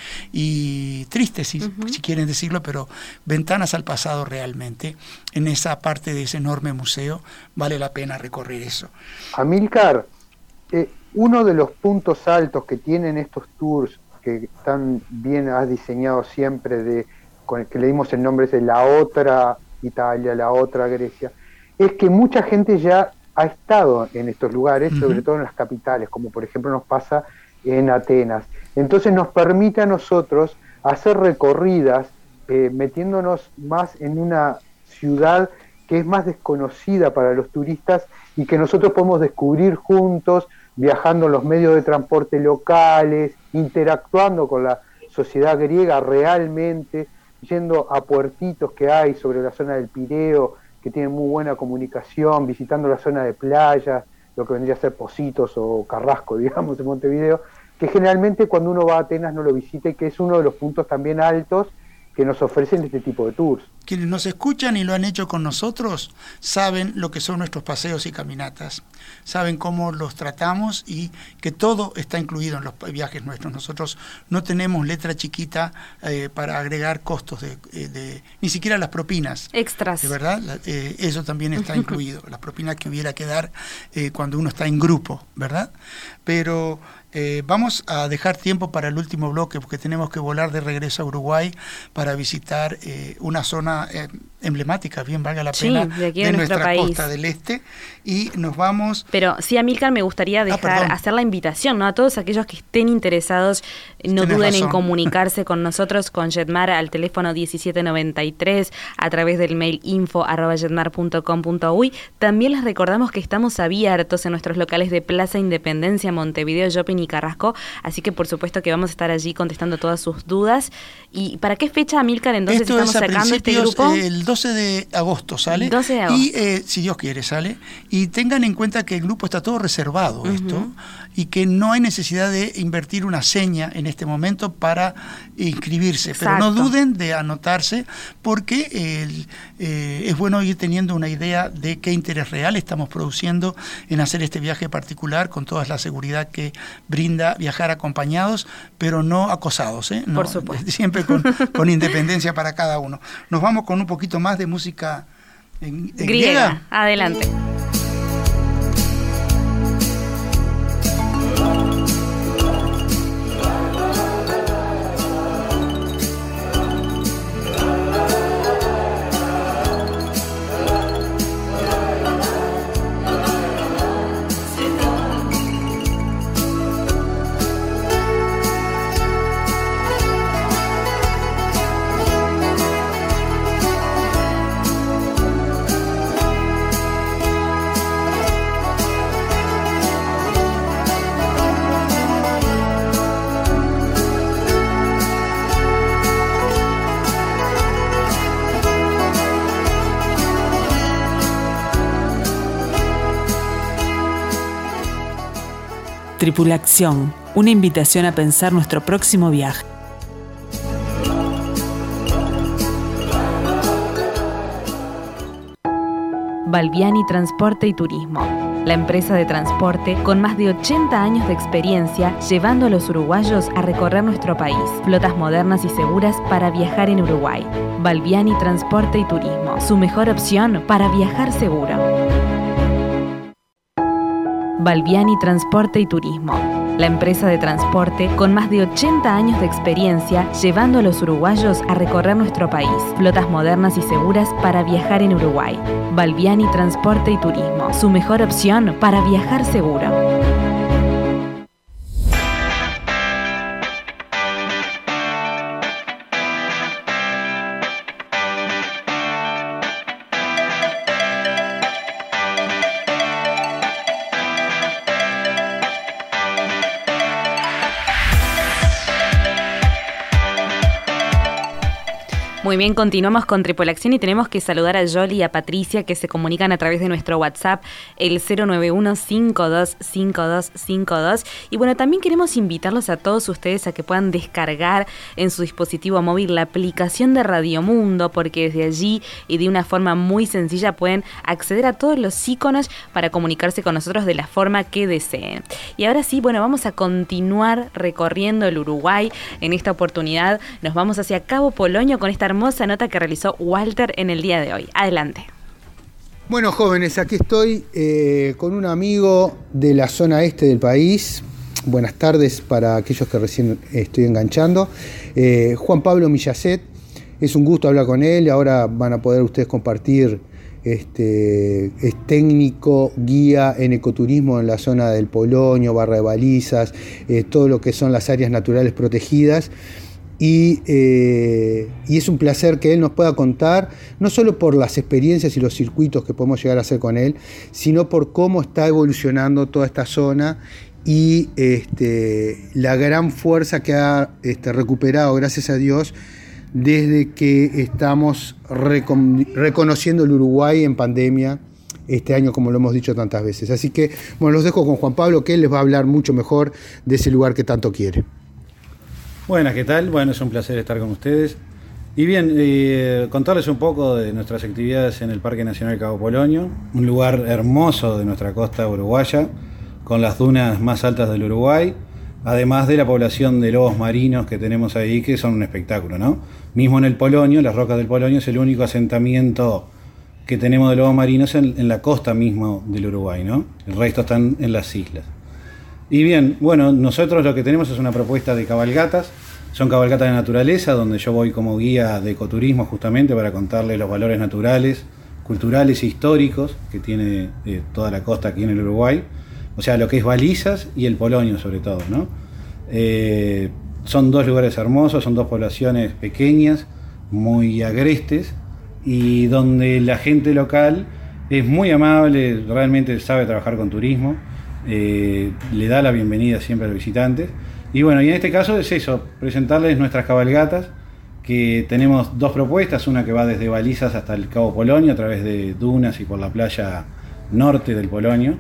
y tristes, si, uh-huh. si quieren decirlo, pero ventanas al pasado realmente. En esa parte de ese enorme museo vale la pena recorrer eso. Amílcar, eh, uno de los puntos altos que tienen estos tours, que tan bien has diseñado siempre, de con el que le dimos el nombre de la otra Italia, la otra Grecia, es que mucha gente ya ha estado en estos lugares, uh-huh. sobre todo en las capitales, como por ejemplo nos pasa en Atenas. Entonces nos permite a nosotros hacer recorridas, eh, metiéndonos más en una ciudad que es más desconocida para los turistas y que nosotros podemos descubrir juntos, viajando en los medios de transporte locales, interactuando con la sociedad griega realmente, yendo a puertitos que hay sobre la zona del Pireo, que tienen muy buena comunicación, visitando la zona de playas, lo que vendría a ser Positos o Carrasco, digamos, en Montevideo, que generalmente cuando uno va a Atenas no lo visita y que es uno de los puntos también altos que nos ofrecen este tipo de tours. Quienes nos escuchan y lo han hecho con nosotros saben lo que son nuestros paseos y caminatas, saben cómo los tratamos y que todo está incluido en los viajes nuestros. Nosotros no tenemos letra chiquita eh, para agregar costos, de, de, de ni siquiera las propinas. Extras. De verdad, eh, eso también está incluido, las propinas que hubiera que dar eh, cuando uno está en grupo, ¿verdad? Pero Eh, vamos a dejar tiempo para el último bloque porque tenemos que volar de regreso a Uruguay para visitar eh, una zona eh, emblemática, bien valga la pena, sí, de, aquí de, de nuestra país. Costa del Este, y nos vamos... Pero sí, Amílcar, me gustaría dejar ah, hacer la invitación, ¿no? A todos aquellos que estén interesados, no Tienes duden razón. en comunicarse con nosotros, con Jetmar, al teléfono diecisiete noventa y tres, a través del mail info arroba jetmar punto com punto uy. También les recordamos que estamos abiertos en nuestros locales de Plaza Independencia, Montevideo, Shopping y Carrasco, así que por supuesto que vamos a estar allí contestando todas sus dudas. ¿Y para qué fecha, Amílcar, entonces Esto estamos es a sacando este principios, grupo? eh, el doce de agosto sale. doce de agosto. Y eh, si Dios quiere sale. Y tengan en cuenta que el grupo está todo reservado, uh-huh. esto, y que no hay necesidad de invertir una seña en este momento para inscribirse. Exacto. Pero no duden de anotarse porque el, eh, es bueno ir teniendo una idea de qué interés real estamos produciendo en hacer este viaje particular con toda la seguridad que brinda viajar acompañados, pero no acosados, ¿eh? No, por supuesto. Siempre con, con independencia para cada uno. Nos vamos con un poquito más de música en, en griega. griega. Adelante. Tripulación, una invitación a pensar nuestro próximo viaje. Balbiani Transporte y Turismo, la empresa de transporte con más de ochenta años de experiencia llevando a los uruguayos a recorrer nuestro país. Flotas modernas y seguras para viajar en Uruguay. Balbiani Transporte y Turismo, su mejor opción para viajar seguro. Balbiani Transporte y Turismo, la empresa de transporte con más de ochenta años de experiencia llevando a los uruguayos a recorrer nuestro país. Flotas modernas y seguras para viajar en Uruguay. Balbiani Transporte y Turismo, su mejor opción para viajar seguro. Muy bien, continuamos con Tripulación y tenemos que saludar a Yoli y a Patricia que se comunican a través de nuestro WhatsApp, el cero nueve uno, cinco dos cinco dos cinco dos. Y bueno, también queremos invitarlos a todos ustedes a que puedan descargar en su dispositivo móvil la aplicación de Radio Mundo, porque desde allí y de una forma muy sencilla pueden acceder a todos los iconos para comunicarse con nosotros de la forma que deseen. Y ahora sí, bueno, vamos a continuar recorriendo el Uruguay. En esta oportunidad nos vamos hacia Cabo Polonio con esta hermosa nota que realizó Walter en el día de hoy. Adelante. Bueno, jóvenes, aquí estoy eh, con un amigo de la zona este del país. Buenas tardes para aquellos que recién estoy enganchando. Eh, Juan Pablo Millacet, es un gusto hablar con él. Ahora van a poder ustedes compartir. Este, es técnico, guía en ecoturismo en la zona del Polonio, Barra de Balizas, eh, todo lo que son las áreas naturales protegidas. Y, eh, y es un placer que él nos pueda contar, no solo por las experiencias y los circuitos que podemos llegar a hacer con él, sino por cómo está evolucionando toda esta zona y este, la gran fuerza que ha este, recuperado, gracias a Dios, desde que estamos recon- reconociendo el Uruguay en pandemia este año, como lo hemos dicho tantas veces. Así que, bueno, los dejo con Juan Pablo, que él les va a hablar mucho mejor de ese lugar que tanto quiere. Buenas, ¿qué tal? Bueno, es un placer estar con ustedes. Y bien, eh, contarles un poco de nuestras actividades en el Parque Nacional Cabo Polonio, un lugar hermoso de nuestra costa uruguaya, con las dunas más altas del Uruguay, además de la población de lobos marinos que tenemos ahí, que son un espectáculo, ¿no? Mismo en el Polonio, las rocas del Polonio es el único asentamiento que tenemos de lobos marinos en, en la costa mismo del Uruguay, ¿no? El resto están en las islas. Y bien, bueno, nosotros lo que tenemos es una propuesta de cabalgatas, son cabalgatas de naturaleza, donde yo voy como guía de ecoturismo justamente para contarles los valores naturales, culturales e históricos que tiene eh, toda la costa aquí en el Uruguay, o sea, lo que es Balizas y el Polonio sobre todo, ¿no? Eh, son dos lugares hermosos, son dos poblaciones pequeñas, muy agrestes, y donde la gente local es muy amable, realmente sabe trabajar con turismo. Eh, le da la bienvenida siempre a los visitantes. Y bueno, y en este caso es eso, presentarles nuestras cabalgatas, que tenemos dos propuestas, una que va desde Balizas hasta el Cabo Polonio, a través de dunas y por la playa norte del Polonio.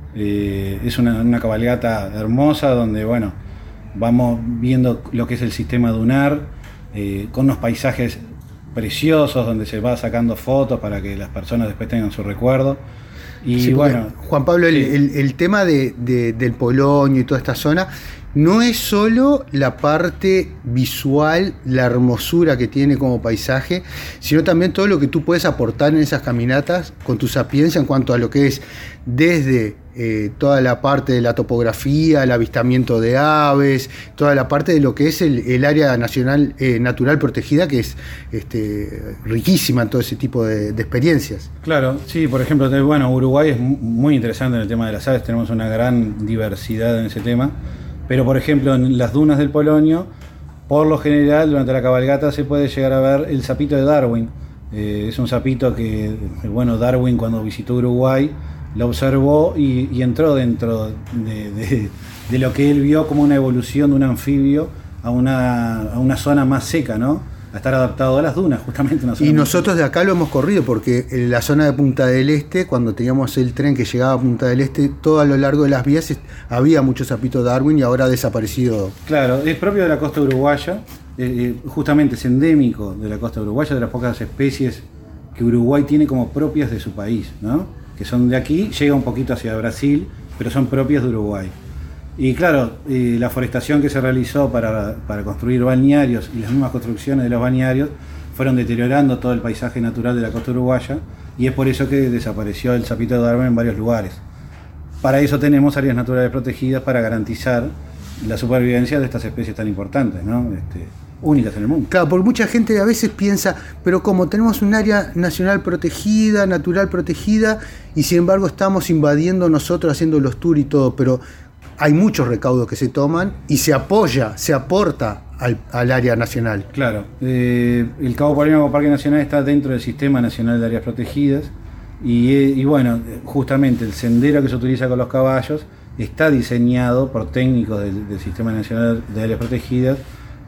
Eh, es una, una cabalgata hermosa donde, bueno, vamos viendo lo que es el sistema dunar, eh, con unos paisajes preciosos, donde se va sacando fotos para que las personas después tengan su recuerdo. Y sí, bueno, Juan Pablo, sí. el, el, el tema de, de, del Polonio y toda esta zona no es solo la parte visual, la hermosura que tiene como paisaje, sino también todo lo que tú puedes aportar en esas caminatas con tu sapiencia en cuanto a lo que es desde eh, toda la parte de la topografía, el avistamiento de aves, toda la parte de lo que es el, el área nacional eh, natural protegida, que es este, riquísima en todo ese tipo de, de experiencias. Claro, sí, por ejemplo, bueno, Uruguay es muy interesante en el tema de las aves, tenemos una gran diversidad en ese tema. Pero, por ejemplo, en las dunas del Polonio, por lo general, durante la cabalgata se puede llegar a ver el sapito de Darwin. Eh, es un sapito que, bueno, Darwin cuando visitó Uruguay lo observó y, y entró dentro de, de, de lo que él vio como una evolución de un anfibio a una, a una zona más seca, ¿no? A estar adaptado a las dunas, justamente. Una zona y nosotros de acá lo hemos corrido, porque en la zona de Punta del Este, cuando teníamos el tren que llegaba a Punta del Este, todo a lo largo de las vías había mucho sapito Darwin y ahora ha desaparecido. Claro, es propio de la costa uruguaya, eh, justamente es endémico de la costa uruguaya, de las pocas especies que Uruguay tiene como propias de su país, ¿no? Que son de aquí, llega un poquito hacia Brasil, pero son propias de Uruguay. Y claro, eh, la forestación que se realizó para, para construir balnearios y las mismas construcciones de los balnearios fueron deteriorando todo el paisaje natural de la costa uruguaya, y es por eso que desapareció el sapito de Darwin en varios lugares. Para eso tenemos áreas naturales protegidas para garantizar la supervivencia de estas especies tan importantes, ¿no? Este, únicas en el mundo. Claro, porque mucha gente a veces piensa, pero como tenemos un área nacional protegida, natural protegida, y sin embargo estamos invadiendo nosotros haciendo los tours y todo, pero hay muchos recaudos que se toman y se apoya, se aporta al, al área nacional. Claro, eh, el Cabo Polonio como Parque Nacional está dentro del Sistema Nacional de Áreas Protegidas y, y bueno, justamente el sendero que se utiliza con los caballos está diseñado por técnicos del, del Sistema Nacional de Áreas Protegidas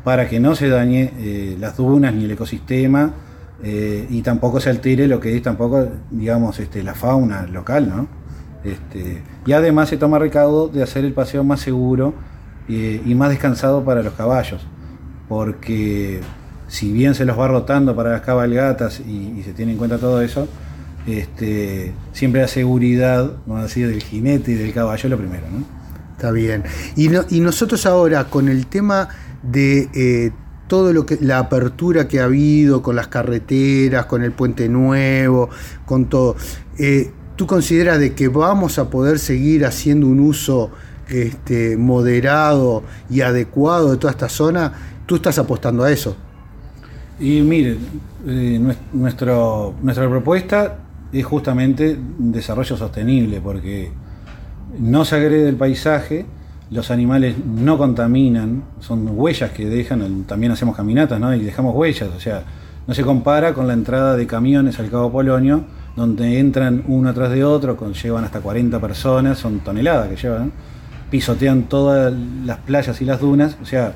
para que no se dañe eh, las dunas ni el ecosistema eh, y tampoco se altere lo que es tampoco, digamos, este, la fauna local, ¿no? Este, y además se toma recaudo de hacer el paseo más seguro eh, y más descansado para los caballos, porque si bien se los va rotando para las cabalgatas y, y se tiene en cuenta todo eso, este, siempre la seguridad, vamos a decir, del jinete y del caballo es lo primero, ¿no? Está bien. Y, no, y nosotros ahora, con el tema de eh, todo lo que la apertura que ha habido con las carreteras, con el puente nuevo, con todo, eh, ¿tú consideras de que vamos a poder seguir haciendo un uso este, moderado y adecuado de toda esta zona? ¿Tú estás apostando a eso? Y mire, eh, nuestro, nuestra propuesta es justamente un desarrollo sostenible, porque no se agrede el paisaje, los animales no contaminan, son huellas que dejan, también hacemos caminatas, ¿no? Y dejamos huellas, o sea, no se compara con la entrada de camiones al Cabo Polonio, donde entran uno atrás de otro, con, llevan hasta cuarenta personas, son toneladas que llevan, ¿no? Pisotean todas las playas y las dunas, o sea,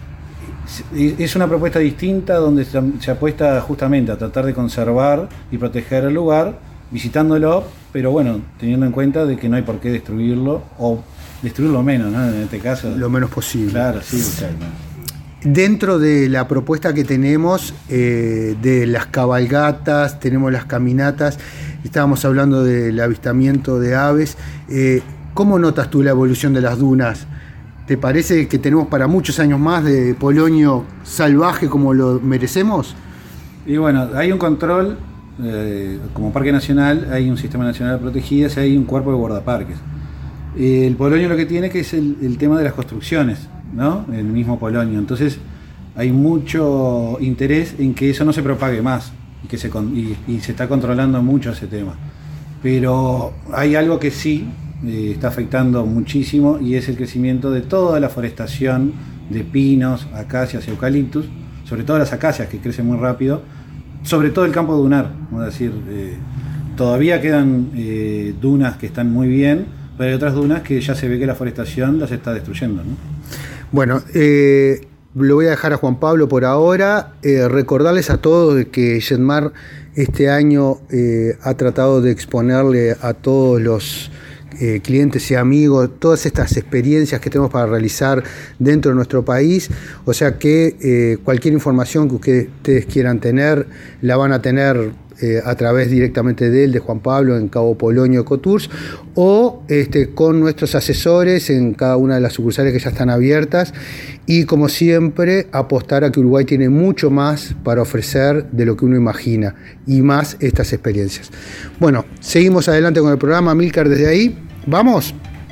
es una propuesta distinta donde se apuesta justamente a tratar de conservar y proteger el lugar, visitándolo, pero bueno, teniendo en cuenta de que no hay por qué destruirlo, o destruirlo menos, ¿no? En este caso. Lo menos posible. Claro, sí, exacto. Dentro de la propuesta que tenemos eh, de las cabalgatas, tenemos las caminatas, estábamos hablando del avistamiento de aves. Eh, ¿Cómo notas tú la evolución de las dunas? ¿Te parece que tenemos para muchos años más de Polonio salvaje como lo merecemos? Y bueno, hay un control, eh, como parque nacional, hay un sistema nacional de protegidas y hay un cuerpo de guardaparques. Eh, el Polonio lo que tiene que es el, el tema de las construcciones, ¿no? El mismo Polonio. Entonces hay mucho interés en que eso no se propague más y que se, y, y se está controlando mucho ese tema. Pero hay algo que sí eh, está afectando muchísimo y es el crecimiento de toda la forestación de pinos, acacias y eucaliptus, sobre todo las acacias que crecen muy rápido, sobre todo el campo dunar, vamos a decir, eh, todavía quedan eh, dunas que están muy bien, pero hay otras dunas que ya se ve que la forestación las está destruyendo, ¿no? Bueno, eh, lo voy a dejar a Juan Pablo por ahora. Eh, recordarles a todos que Jetmar este año eh, ha tratado de exponerle a todos los eh, clientes y amigos todas estas experiencias que tenemos para realizar dentro de nuestro país. O sea que eh, cualquier información que ustedes quieran tener, la van a tener Eh, a través directamente de él, de Juan Pablo, en Cabo Polonio Ecotours, o este, con nuestros asesores en cada una de las sucursales que ya están abiertas, y como siempre apostar a que Uruguay tiene mucho más para ofrecer de lo que uno imagina, y más estas experiencias. Bueno, seguimos adelante con el programa. Milcar, desde ahí, ¿vamos?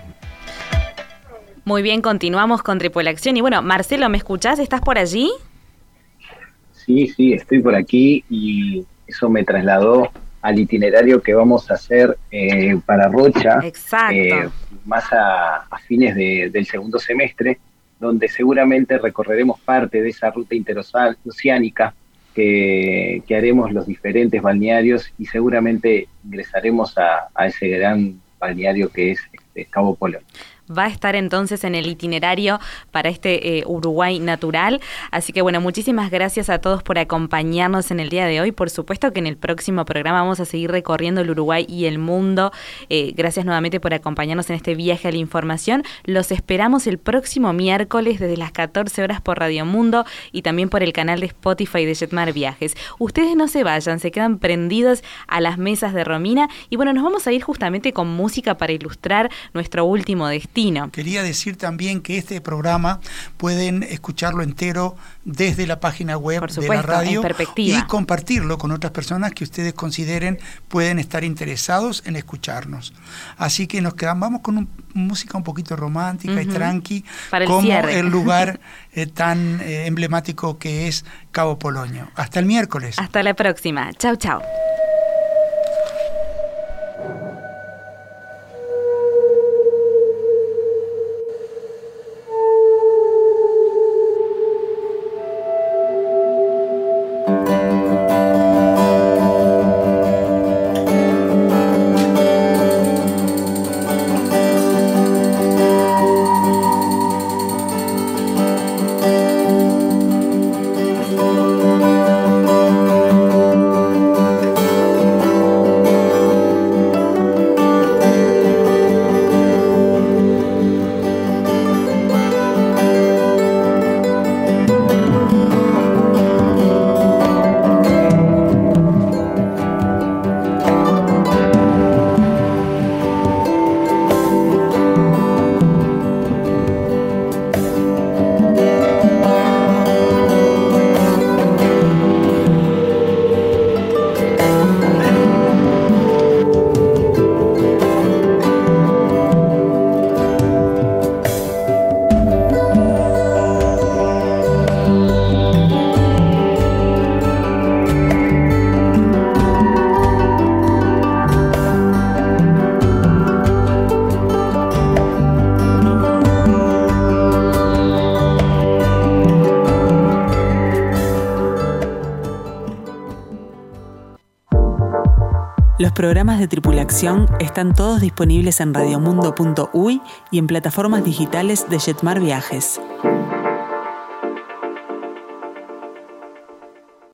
Muy bien, continuamos con Tripulación. Y bueno, Marcelo, ¿me escuchás? ¿Estás por allí? Sí, sí, estoy por aquí y eso me trasladó al itinerario que vamos a hacer eh, para Rocha. Exacto. Eh, más a, a fines de, del segundo semestre, donde seguramente recorreremos parte de esa ruta interoceánica que, que haremos los diferentes balnearios y seguramente ingresaremos a, a ese gran balneario que es este, Cabo Polonio. Va a estar entonces en el itinerario para este eh, Uruguay natural. Así que bueno, muchísimas gracias a todos por acompañarnos en el día de hoy. Por supuesto que en el próximo programa vamos a seguir recorriendo el Uruguay y el mundo. Eh, gracias nuevamente por acompañarnos en este viaje a la información. Los esperamos el próximo miércoles desde las catorce horas por Radio Mundo y también por el canal de Spotify de Jetmar Viajes. Ustedes no se vayan, se quedan prendidos a las mesas de Romina. Y bueno, nos vamos a ir justamente con música para ilustrar nuestro último destino. Quería decir también que este programa pueden escucharlo entero desde la página web Por supuesto, de la radio y compartirlo con otras personas que ustedes consideren pueden estar interesados en escucharnos. Así que nos quedamos, vamos con un, música un poquito romántica uh-huh. y tranqui, Para el como cierre. el lugar eh, tan eh, emblemático que es Cabo Polonio. Hasta el miércoles. Hasta la próxima. Chau, chau. Los programas de tripulación están todos disponibles en radiomundo punto uy y en plataformas digitales de Jetmar Viajes.